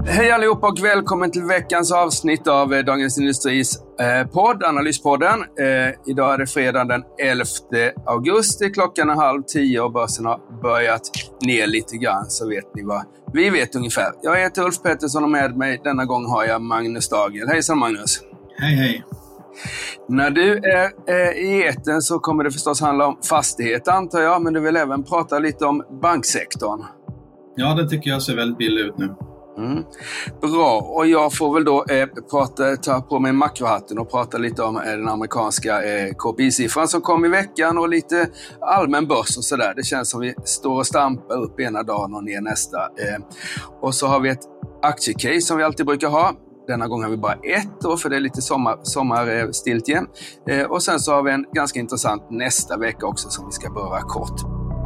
Hej allihopa och välkommen till veckans avsnitt av Dagens Industris podd, Analyspodden. Idag är det fredag den 11 augusti, klockan är 9:30 och börsen har börjat ner lite grann, så vet ni vad vi vet ungefär. Jag heter Ulf Pettersson och med mig denna gång har jag Magnus Dagel. Hejsan Magnus! Hej hej! När du är i eten så kommer det förstås handla om fastighet antar jag, men du vill även prata lite om banksektorn. Ja, det tycker jag ser väldigt billigt ut nu. Bra, och jag får väl då ta på mig makrohatten och prata lite om den amerikanska KPI-siffran som kom i veckan och lite allmän börs och sådär. Det känns som vi står och stampar upp ena dagen och ner nästa. Och så har vi ett aktiecase som vi alltid brukar ha. Denna gång har vi bara ett år för det är lite sommarstiltjen. Och sen så har vi en ganska intressant nästa vecka också som vi ska beröra kort.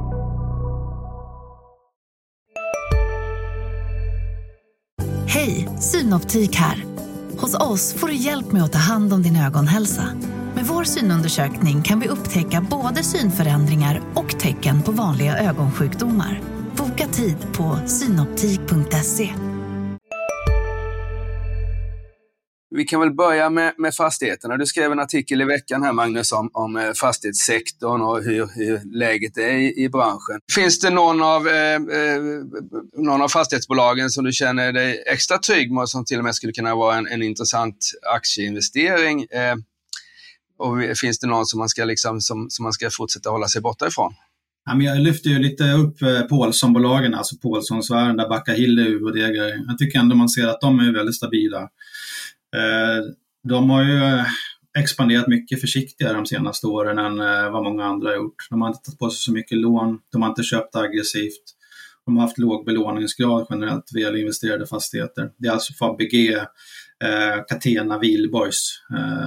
Hej, Synoptik här. Hos oss får du hjälp med att ta hand om din ögonhälsa. Med vår synundersökning kan vi upptäcka både synförändringar och tecken på vanliga ögonsjukdomar. Boka tid på synoptik.se. Vi kan väl börja med fastigheterna. Du skrev en artikel i veckan här Magnus om fastighetssektorn och hur läget är i branschen. Finns det någon av fastighetsbolagen som du känner dig extra trygg med och som till och med skulle kunna vara en intressant aktieinvestering? Och finns det någon som man ska fortsätta hålla sig borta ifrån? Ja, men jag lyfter ju lite upp Paulsson-bolagen, alltså Paulssonsvärden, där Backa Hille och det. Jag tycker ändå man ser att de är väldigt stabila. De har ju expanderat mycket försiktigare de senaste åren än vad många andra har gjort. De har inte tagit på sig så mycket lån, de har inte köpt aggressivt. De har haft låg belåningsgrad generellt väl investerade fastigheter. Det är alltså Fabege, Catena, Wihlborgs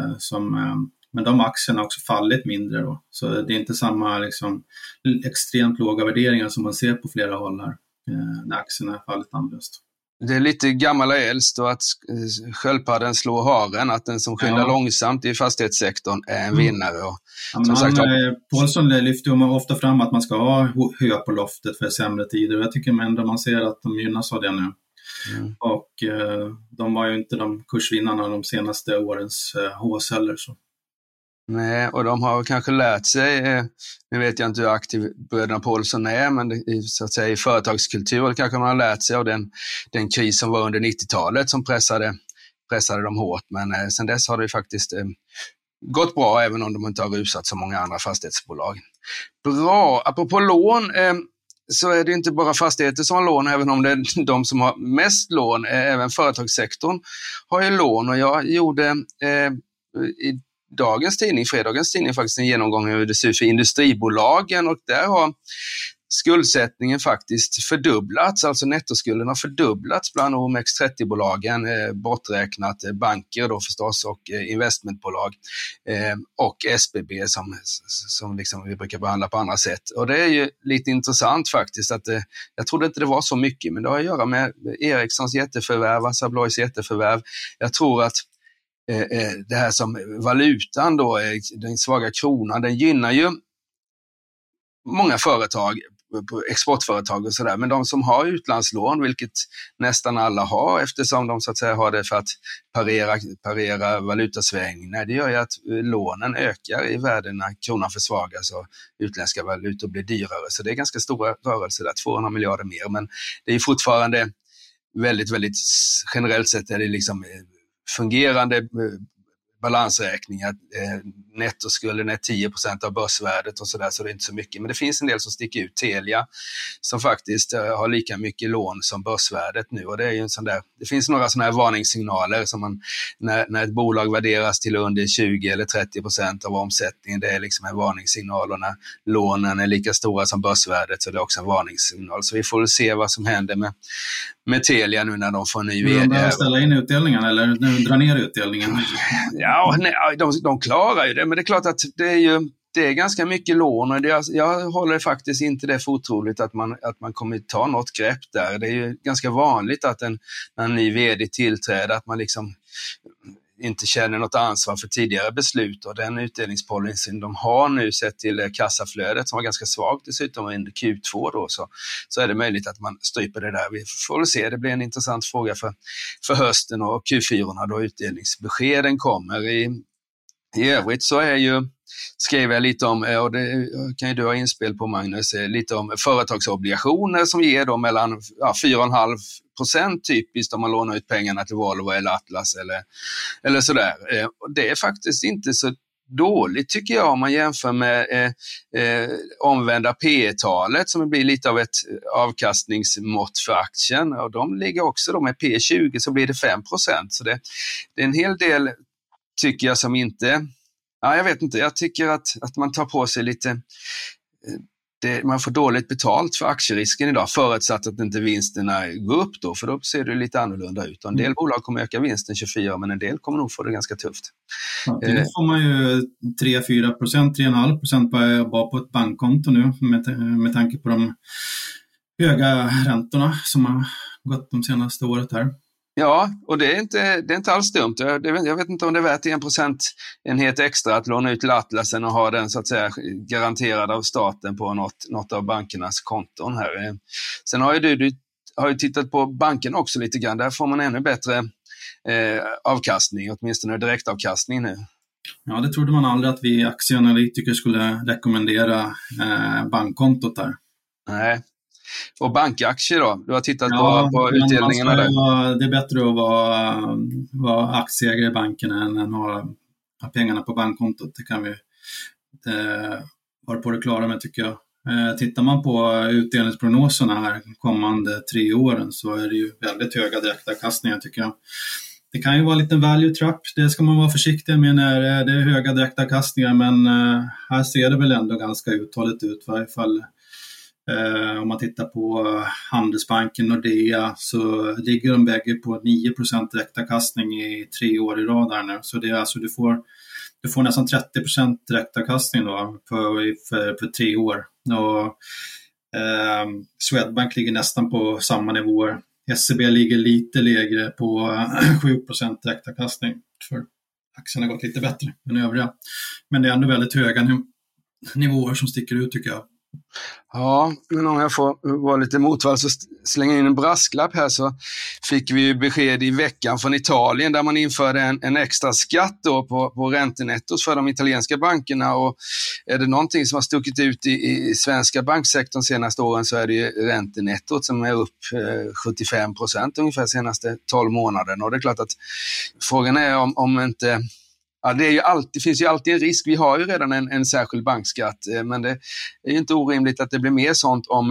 men de aktierna har också fallit mindre då. Så det är inte samma extremt låga värderingar som man ser på flera håll här när aktierna har fallit andlöst. Det är lite gammal och äldst och att sköldpadden slår haren, att den som skyndar långsamt i fastighetssektorn är en vinnare. Och, Paulsson lyfter ju ofta fram att man ska ha hö på loftet för sämre tider. Jag tycker ändå man ser att de gynnas av det nu. Och de var ju inte de kursvinnarna de senaste årens HSL. Så. Nej, och de har kanske lärt sig, nu vet jag inte hur aktiv bröderna Paulsson är, men så att säga, i företagskultur kanske man har lärt sig av den kris som var under 90-talet som pressade dem hårt. Men sen dess har det faktiskt gått bra, även om de inte har rusat som många andra fastighetsbolag. Bra, apropå lån så är det inte bara fastigheter som har lån, även om det är de som har mest lån, även företagssektorn har ju lån. Och jag gjorde i fredagens tidning faktiskt en genomgång hur det ser ut för industribolagen, och där har skuldsättningen faktiskt fördubblats, alltså nettoskulden har fördubblats bland OMX30-bolagen, borträknat banker då förstås och investmentbolag och SBB som vi brukar behandla på andra sätt. Och det är ju lite intressant faktiskt att jag trodde inte det var så mycket, men det har att göra med Ericssons jätteförvärv, Assa Abloys jätteförvärv. Jag tror att det här som valutan då, den svaga kronan, den gynnar ju många företag, exportföretag och sådär, men de som har utlandslån, vilket nästan alla har eftersom de så att säga har det för att parera valutasvängningar, det gör ju att lånen ökar i värde när kronan försvagas och utländska valutor blir dyrare, så det är ganska stora rörelser där, 200 miljarder mer, men det är fortfarande väldigt, väldigt generellt sett är det fungerande balansräkningar, nettoskulden är 10% av börsvärdet och sådär, så det är inte så mycket. Men det finns en del som sticker ut. Telia som faktiskt har lika mycket lån som börsvärdet nu, och det är ju en sån där, det finns några sådana här varningssignaler som när ett bolag värderas till under 20 eller 30% av omsättningen, det är en varningssignal, och när lånen är lika stora som börsvärdet så är det också en varningssignal. Så vi får se vad som händer med Telia nu när de får en ny vd. De ställa in utdelningen eller dra ner utdelningen? Ja, de klarar ju det, men det är klart att det är ganska mycket lån, och jag håller faktiskt inte det för otroligt att man kommer ta något grepp där. Det är ju ganska vanligt att när en ny vd tillträder att man inte känner något ansvar för tidigare beslut, och den utdelningspolicyn de har nu sett till kassaflödet som var ganska svagt dessutom under Q2 då, så är det möjligt att man stryper det där. Vi får väl se, det blir en intressant fråga för hösten och Q4 då utdelningsbeskeden kommer. I övrigt så skrev jag lite om, och det kan ju du ha inspel på Magnus, lite om företagsobligationer som ger då mellan 4,5% typiskt om man lånar ut pengarna till Volvo eller Atlas eller sådär. Det är faktiskt inte så dåligt tycker jag om man jämför med omvända P-talet som blir lite av ett avkastningsmått för aktien, och de ligger också då med P20 så blir det 5%, så det är en hel del tycker jag som inte, jag vet inte, jag tycker att man tar på sig lite, man får dåligt betalt för aktierisken idag förutsatt att inte vinsterna går upp då, för då ser det lite annorlunda ut. En del bolag kommer öka vinsten 24, men en del kommer nog få det ganska tufft. Ja, det får man ju 3-4%, 3,5% bara på ett bankkonto nu med tanke på de höga räntorna som har gått de senaste året här. Ja, och det är inte alls dumt. Jag vet inte om det är värt 1% extra att låna ut till Atlasen och ha den så att säga garanterad av staten på något av bankernas konton här. Sen har ju du har ju tittat på banken också lite grann. Där får man ännu bättre avkastning, åtminstone direktavkastning nu. Ja, det trodde man aldrig att vi aktieanalytiker skulle rekommendera bankkontot där. Nej. Och bankaktier då? Du har tittat på utdelningarna där. Det är bättre att vara aktieägare i banken än att ha pengarna på bankkontot. Det kan vi vara på det klara med tycker jag. Tittar man på utdelningsprognoserna här kommande 3 åren så är det ju väldigt höga direktavkastningar tycker jag. Det kan ju vara en liten value trap, det ska man vara försiktig med när det är höga direktavkastningar, men här ser det väl ändå ganska uthålligt ut i varje fall. Om man tittar på Handelsbanken och Nordea så ligger de bägge på 9% direktavkastning i 3 år i rad där nu. Så det är alltså du får nästan 30% direktavkastning då för 3 år. Och Swedbank ligger nästan på samma nivåer. SEB ligger lite lägre på 7% direktavkastning, för aktien har gått lite bättre än övriga. Men det är ändå väldigt höga nivåer som sticker ut tycker jag. Ja, men om jag får vara lite motvall så slänga in en brasklapp här, så fick vi besked i veckan från Italien där man införde en extra skatt då på räntenettot för de italienska bankerna, och är det någonting som har stuckit ut i svenska banksektorn senaste åren så är det ju räntenettot som är upp 75% ungefär senaste 12 månaderna, och det är klart att frågan är om inte. Ja, det finns ju alltid en risk. Vi har ju redan en särskild bankskatt, men det är ju inte orimligt att det blir mer sånt om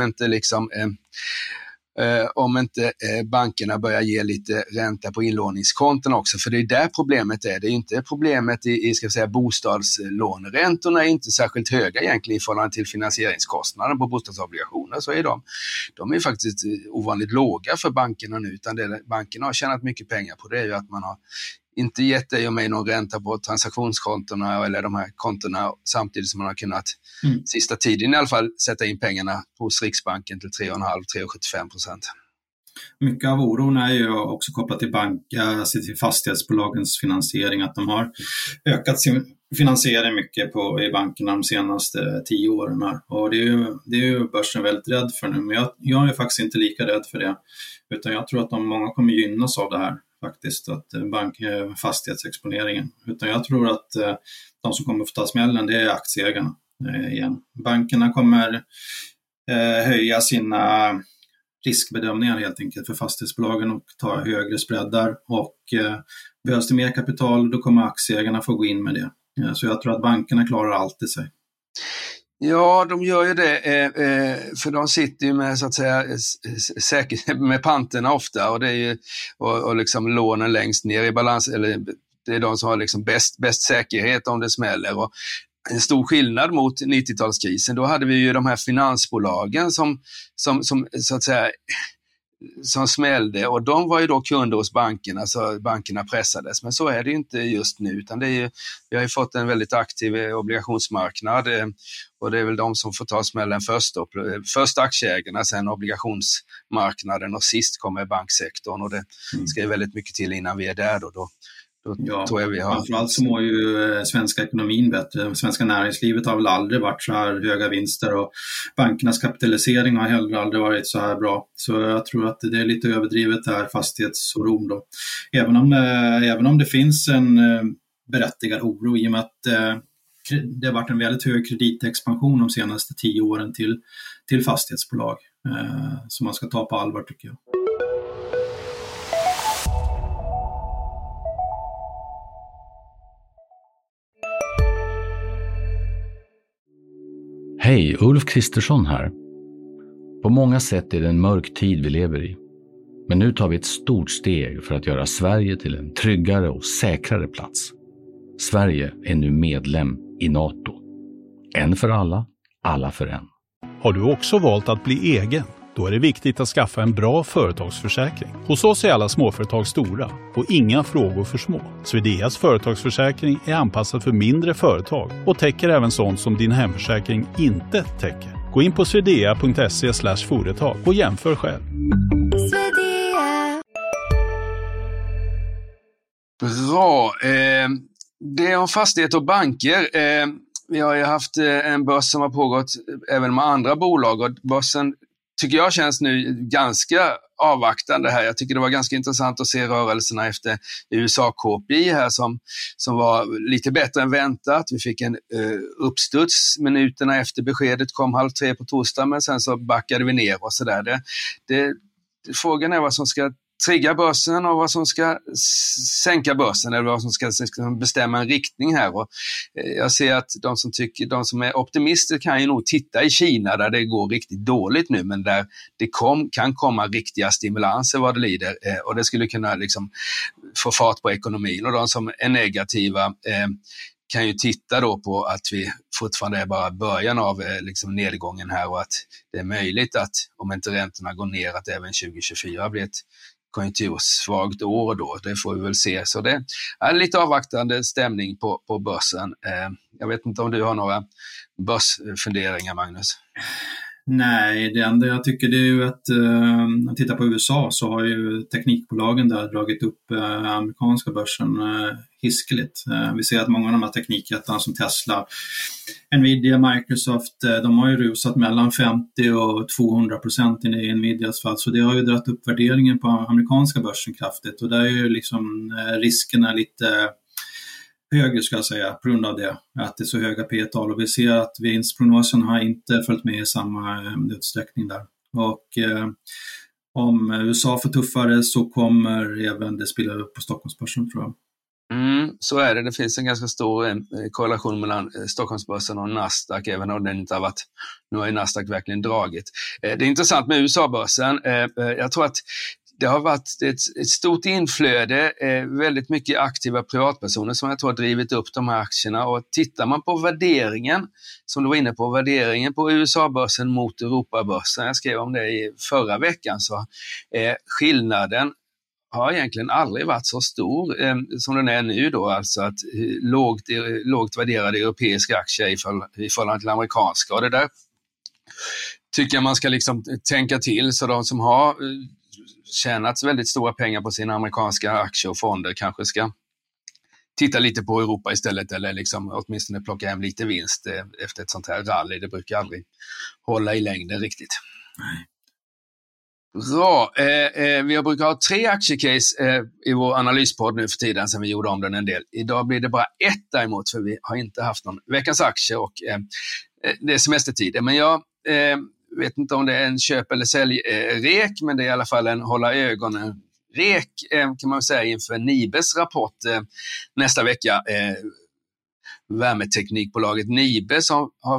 inte bankerna börjar ge lite ränta på inlåningskonton också, för det är där problemet är. Det är inte problemet i ska vi säga, bostadslåneräntorna är inte särskilt höga egentligen i förhållande till finansieringskostnaden på bostadsobligationer, så är de är faktiskt ovanligt låga för bankerna nu, utan bankerna har tjänat mycket pengar på det är ju att man har inte gett dig och mig någon ränta på transaktionskontona eller de här kontona, samtidigt som man har kunnat sista tiden i alla fall sätta in pengarna hos Riksbanken till 3,5-3,75%. Mycket av oron är ju också kopplat till fastighetsbolagens finansiering, att de har ökat sin finansiering mycket i bankerna de senaste 10 åren här. Och det är ju börsen väldigt rädd för nu, men jag är faktiskt inte lika rädd för det, utan jag tror att många kommer gynnas av det här faktiskt, att fastighetsexponeringen, utan jag tror att de som kommer få ta smällen det är aktieägarna igen. Bankerna kommer höja sina riskbedömningar helt enkelt för fastighetsbolagen och ta högre spreadar, och behövs det mer kapital då kommer aktieägarna få gå in med det. Så jag tror att bankerna klarar alltid sig. Ja, de gör ju det, för de sitter ju med så att säga med panterna ofta, och det är ju och liksom lånen längst ner i balans, eller det är de som har liksom bäst säkerhet om det smäller. Och en stor skillnad mot 90-talskrisen, då hade vi ju de här finansbolagen som så att säga som smällde, och de var ju då kunder hos bankerna, så bankerna pressades, men så är det ju inte just nu, utan det är ju, vi har ju fått en väldigt aktiv obligationsmarknad, och det är väl de som får ta smällen först då. Först aktieägarna, sen obligationsmarknaden och sist kommer banksektorn, och det ska ju väldigt mycket till innan vi är där då Då tror jag vi har... Framförallt så mår ju svenska ekonomin bättre. Svenska näringslivet har väl aldrig varit så här höga vinster och bankernas kapitalisering har heller aldrig varit så här bra. Så jag tror att det är lite överdrivet det här fastighetsoron då. Även om det finns en berättigad oro i och med att det har varit en väldigt hög kreditexpansion de senaste 10 åren till fastighetsbolag som man ska ta på allvar tycker jag. Hej, Ulf Kristersson här. På många sätt är det en mörk tid vi lever i. Men nu tar vi ett stort steg för att göra Sverige till en tryggare och säkrare plats. Sverige är nu medlem i NATO. En för alla, alla för en. Har du också valt att bli egen? Då är det viktigt att skaffa en bra företagsförsäkring. Hos oss är alla småföretag stora och inga frågor för små. Swedeas företagsförsäkring är anpassad för mindre företag och täcker även sånt som din hemförsäkring inte täcker. Gå in på swedea.se/företag och jämför själv. Bra. Det är om fastighet och banker. Vi har ju haft en börs som har pågått även med andra bolag och börsen tycker jag känns nu ganska avvaktande här. Jag tycker det var ganska intressant att se rörelserna efter USA-KPI här som var lite bättre än väntat. Vi fick en uppstuds minuterna efter beskedet kom 2:30 på torsdag, men sen så backade vi ner och sådär. Frågan är vad som ska trigga börsen och vad som ska sänka börsen eller vad som ska bestämma en riktning här. Och jag ser att de som är optimister kan ju nog titta i Kina där det går riktigt dåligt nu, men där det kan komma riktiga stimulanser vad det lider och det skulle kunna liksom få fart på ekonomin. Och de som är negativa kan ju titta då på att vi fortfarande är bara början av liksom nedgången här och att det är möjligt att om inte räntorna går ner att även 2024 blir ett konjunktursvagt år då. Det får vi väl se. Så det är en lite avvaktande stämning på börsen. Jag vet inte om du har några börsfunderingar, Magnus? Nej, det enda jag tycker det är ju att när jag tittar på USA så har ju teknikbolagen där dragit upp amerikanska börsen hiskeligt. Vi ser att många av de här teknikjättarna som Tesla, Nvidia, Microsoft, de har ju rusat mellan 50 och 200% i Nvidias fall. Så det har ju dragit upp värderingen på amerikanska börsen kraftigt och där är ju liksom riskerna lite högre ska jag säga på grund av det, att det är så höga P-tal och vi ser att vinstprognosen har inte följt med i samma utsträckning där. Och om USA får tuffare så kommer även det spela upp på Stockholmsbörsen tror jag. Så är det. Det finns en ganska stor korrelation mellan Stockholmsbörsen och Nasdaq, även om den inte har varit, nu har ju Nasdaq verkligen dragit. Det är intressant med USA-börsen. Jag tror att det har varit ett stort inflöde, väldigt mycket aktiva privatpersoner som jag tror har drivit upp de här aktierna. Och tittar man på värderingen, som du var inne på, värderingen på USA-börsen mot Europabörsen, jag skrev om det i förra veckan, så skillnaden har egentligen aldrig varit så stor som den är nu då, alltså att lågt värderade europeiska aktier i förhållande till amerikanska. Och det där tycker jag man ska liksom tänka till, så de som har tjänat väldigt stora pengar på sina amerikanska aktier och fonder kanske ska titta lite på Europa istället, eller liksom åtminstone plocka hem lite vinst efter ett sånt här rally. Det brukar aldrig hålla i längden riktigt. Nej. Bra. Vi brukar ha 3 aktiecase i vår analyspodd nu för tiden sen vi gjorde om den en del. Idag blir det bara 1 däremot, för vi har inte haft någon veckans aktie och det är semestertid. Men jag vet inte om det är en köp- eller säljrek, men det är i alla fall en hålla ögonen rek kan man säga inför Nibes rapport nästa vecka. Värmeteknikbolaget Nibe som har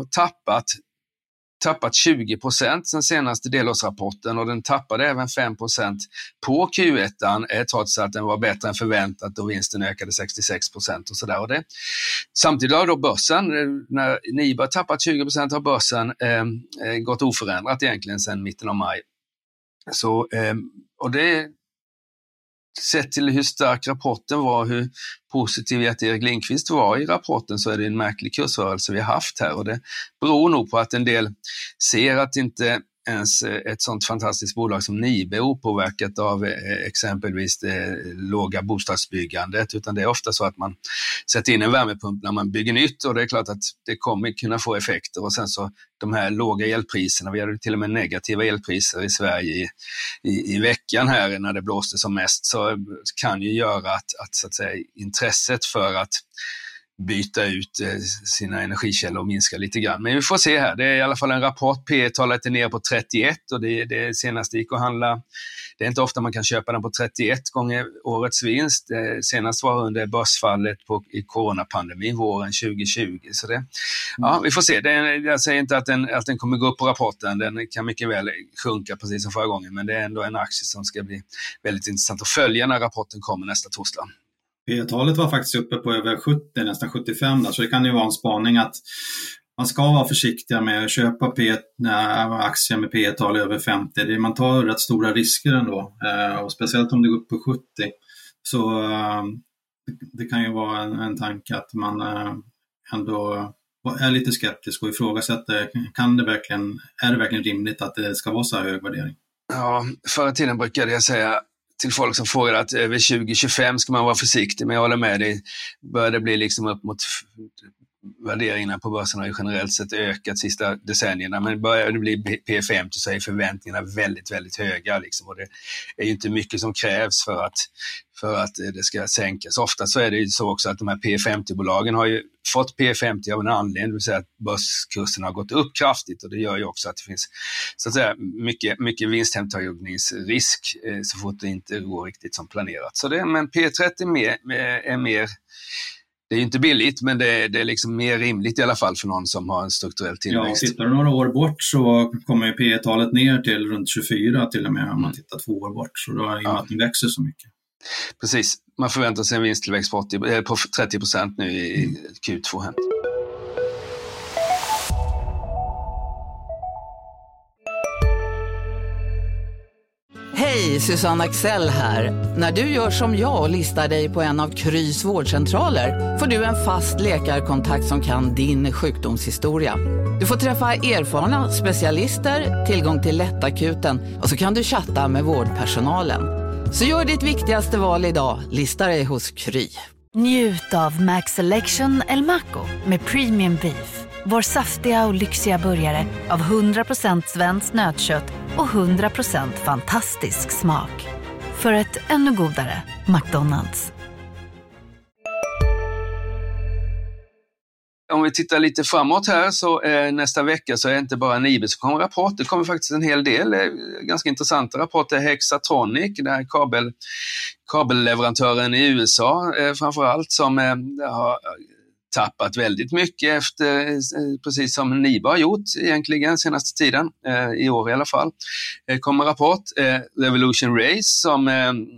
tappat 20% sen senaste delårsrapporten, och den tappade även 5% på Q1 trots att den var bättre än förväntat och vinsten ökade 66% och sådär. Och det, samtidigt har då börsen, när Nibe har tappat 20% har börsen gått oförändrat egentligen sedan mitten av maj. Så, och det sett till hur stark rapporten var, hur positiv Erik Lindqvist var i rapporten, så är det en märklig kursrörelse vi har haft här, och det beror nog på att en del ser att inte ens ett sånt fantastiskt bolag som Nibe opåverkat av exempelvis det låga bostadsbyggandet, utan det är ofta så att man sätter in en värmepump när man bygger nytt, och det är klart att det kommer kunna få effekter. Och sen så de här låga elpriserna, vi hade till och med negativa elpriser i Sverige i veckan här när det blåste som mest, så kan ju göra att så att säga intresset för att byta ut sina energikällor och minska lite grann. Men vi får se här, det är i alla fall en rapport, P-talet är ner på 31 och det senaste gick att handla. Det är inte ofta man kan köpa den på 31 gånger årets vinst. Senast var under börsfallet i coronapandemin våren 2020. Så det, ja, vi får se. Jag säger inte att den kommer gå upp på rapporten. Den kan mycket väl sjunka precis som förra gången, men det är ändå en aktie som ska bli väldigt intressant att följa när rapporten kommer nästa torsdag. P-talet var faktiskt uppe på över 70, nästan 75 där, så det kan ju vara en spaning att man ska vara försiktiga med att köpa aktier med P-tal över 50. Man tar rätt stora risker ändå, och speciellt om det går upp på 70. Så det kan ju vara en tanke att man ändå är lite skeptisk och ifrågasätter, är det verkligen rimligt att det ska vara så här hög värdering? Ja, förr i tiden brukade jag säga till folk som frågar att över 2025 ska man vara försiktig, men jag håller med dig. Börjar det bli liksom upp mot värderingarna på börsen har ju generellt sett ökat sista decennierna, men börjar det bli P50 så är förväntningarna väldigt, väldigt höga liksom, och det är ju inte mycket som krävs för att det ska sänkas. Ofta så är det ju så också att de här P50-bolagen har ju fått P50 av en anledning, det vill säga att börskursen har gått upp kraftigt, och det gör ju också att det finns så att säga mycket vinsthemtagningsrisk så fort det inte går riktigt som planerat. Så men P30 är mer. Det är ju inte billigt, men det är liksom mer rimligt i alla fall för någon som har en strukturell tillväxt. Ja, tittar du några år bort så kommer ju P-talet ner till runt 24 till och med om man tittar 2 år bort. Så då är det att den växer så mycket. Precis, man förväntar sig en vinsttillväxt på 30% nu i Q2 här. Hej, Susanne Axel här. När du gör som jag och listar dig på en av Krys vårdcentraler får du en fast läkarkontakt som kan din sjukdomshistoria. Du får träffa erfarna specialister, tillgång till lättakuten och så kan du chatta med vårdpersonalen. Så gör ditt viktigaste val idag, lista dig hos Kry. Njut av Max Selection El Maco med Premium Beef. Vår saftiga och lyxiga burgare av 100% svenskt nötkött och 100% fantastisk smak. För ett ännu godare McDonald's. Om vi tittar lite framåt här så nästa vecka så är det inte bara Nibe som kommer rapport. Det kommer faktiskt en hel del ganska intressanta rapporter. Hexatronic, den här kabelleverantören i USA framförallt, som har tappat väldigt mycket efter, precis som Nibe har gjort egentligen senaste tiden, i år i alla fall. Kommer rapport. Revolution Race som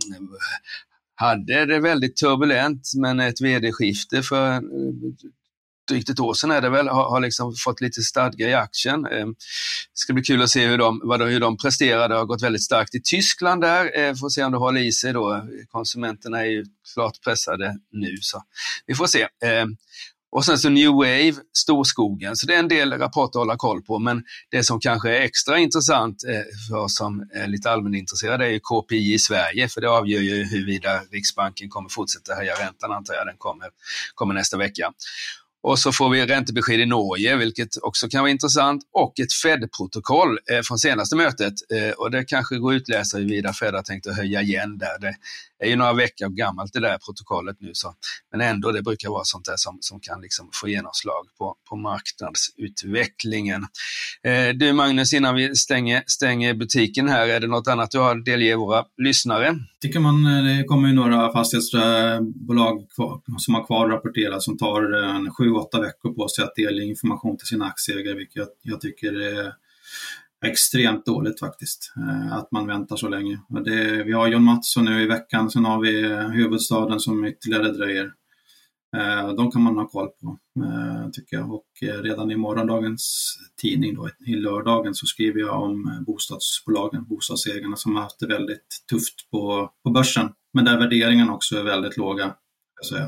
hade det väldigt turbulent, men ett vd-skifte för drygt ett år sedan är det väl, har liksom fått lite stadga i aktien. Det ska bli kul att se hur de presterade. Det har gått väldigt starkt i Tyskland där. Får se om det håller i sig då. Konsumenterna är ju klart pressade nu, så vi får se. Och sen så New Wave, Storskogen. Så det är en del rapporter att hålla koll på, men det som kanske är extra intressant för oss som är lite allmänintresserade är ju KPI i Sverige, för det avgör ju huruvida Riksbanken kommer fortsätta höja räntan, antar jag. Den kommer nästa vecka. Och så får vi räntebesked i Norge, vilket också kan vara intressant, och ett Fed-protokoll från senaste mötet. Och det kanske går att utläsa huruvida Fed har tänkt att höja igen där. Det är ju några veckor gammalt det där protokollet nu, så. Men ändå, det brukar vara sånt där som kan liksom få genomslag på marknadsutvecklingen. Du Magnus, innan vi stänger butiken här, är det något annat du har att delge våra lyssnare? Tycker man, det kommer ju några fastighetsbolag som har kvar rapporterat som tar 7-8 veckor på sig att dela information till sina aktieägare, vilket jag tycker är extremt dåligt faktiskt, att man väntar så länge. Vi har John Mattsson nu i veckan, sen har vi Huvudstaden som ytterligare dröjer. De kan man ha koll på, tycker jag. Och redan i morgondagens tidning då, i lördagen, så skriver jag om bostadsägarna som har haft det väldigt tufft på börsen. Men där värderingen också är väldigt låga, ska jag säga.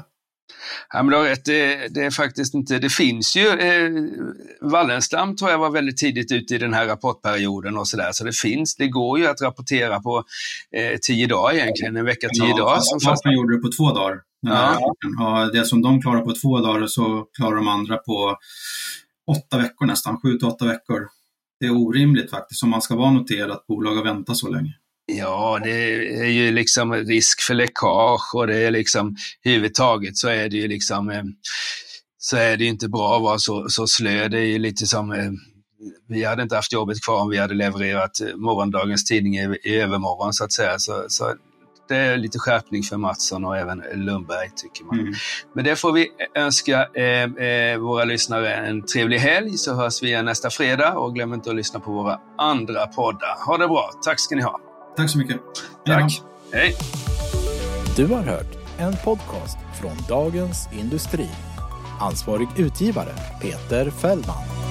Ja, men du har rätt, det är faktiskt inte, det finns ju, Wallenstam tror jag var väldigt tidigt ute i den här rapportperioden och sådär, så det går ju att rapportera på 10 dagar egentligen, en vecka 10 dagar. Som gjorde det på 2 dagar. Ja, det som de klarar på 2 dagar så klarar de andra på 8 veckor nästan, 7-8 veckor. Det är orimligt faktiskt om man ska vara noterad att bolag har väntat så länge. Ja, det är ju liksom risk för läckage och det är liksom huvudtaget så är det ju liksom så är det inte bra att vara så slö. Det är ju lite som vi hade inte haft jobbet kvar om vi hade levererat morgondagens tidning i övermorgon så att säga. Så det är lite skärpning för Mattsson och även Lundberg tycker man. Men det får vi önska våra lyssnare en trevlig helg, så hörs vi igen nästa fredag och glöm inte att lyssna på våra andra poddar. Ha det bra, tack ska ni ha. Tack så mycket. Tack. Hej. Du har hört en podcast från Dagens Industri. Ansvarig utgivare Peter Fällman.